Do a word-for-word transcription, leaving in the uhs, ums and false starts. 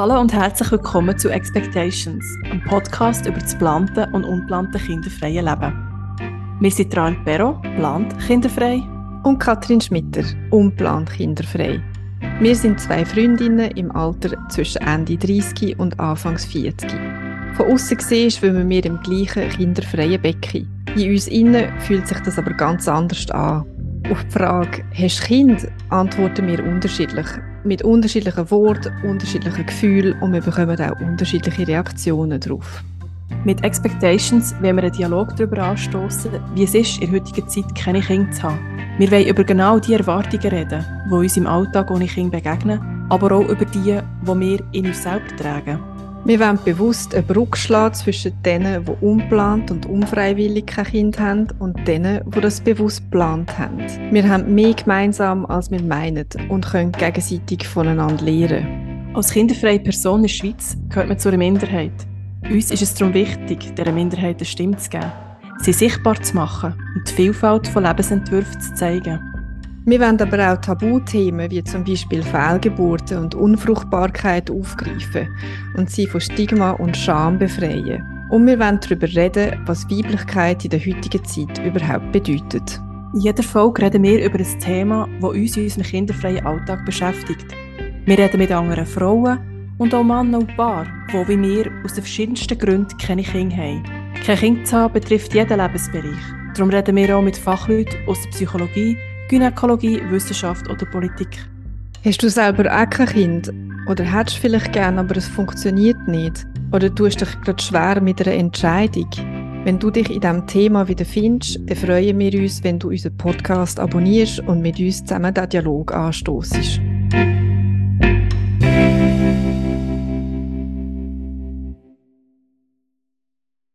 Hallo und herzlich willkommen zu Expectations, einem Podcast über das geplante und ungeplante kinderfreie Leben. Wir sind Trail Pero, geplant kinderfrei, und Katrin Schmitter, unplant kinderfrei. Wir sind zwei Freundinnen im Alter zwischen Ende dreißig und Anfangs vierzig. Von außen gesehen schwimmen wir im gleichen kinderfreien Becken. In uns innen fühlt sich das aber ganz anders an. Auf die Frage «Hast du Kind?» antworten wir unterschiedlich. Mit unterschiedlichen Worten, unterschiedlichen Gefühlen und wir bekommen auch unterschiedliche Reaktionen darauf. Mit Expectations wollen wir einen Dialog darüber anstoßen, wie es ist, in der heutigen Zeit keine Kinder zu haben. Wir wollen über genau die Erwartungen reden, die uns im Alltag ohne Kind begegnen, aber auch über die, die wir in uns selbst tragen. Wir wollen bewusst eine Brücke schlagen zwischen denen, die unplant und unfreiwillig kein Kind haben, und denen, die das bewusst geplant haben. Wir haben mehr gemeinsam, als wir meinen, und können gegenseitig voneinander lernen. Als kinderfreie Person in der Schweiz gehört man zu einer Minderheit. Uns ist es darum wichtig, dieser Minderheit eine Stimme zu geben, sie sichtbar zu machen und die Vielfalt von Lebensentwürfen zu zeigen. Wir wollen aber auch Tabuthemen wie zum Beispiel Fehlgeburten und Unfruchtbarkeit aufgreifen und sie von Stigma und Scham befreien. Und wir wollen darüber reden, was Weiblichkeit in der heutigen Zeit überhaupt bedeutet. In jeder Folge reden wir über ein Thema, das uns in unserem kinderfreien Alltag beschäftigt. Wir reden mit anderen Frauen und auch Männern und Paaren, die wie wir aus den verschiedensten Gründen keine Kinder haben. Kein Kind zu haben betrifft jeden Lebensbereich. Darum reden wir auch mit Fachleuten aus der Psychologie, Gynäkologie, Wissenschaft oder Politik. Hast du selber auch kein Kind? Oder hättest du vielleicht gerne, aber es funktioniert nicht? Oder tust du dich gerade schwer mit einer Entscheidung? Wenn du dich in diesem Thema wiederfindest, dann freuen wir uns, wenn du unseren Podcast abonnierst und mit uns zusammen den Dialog anstossest.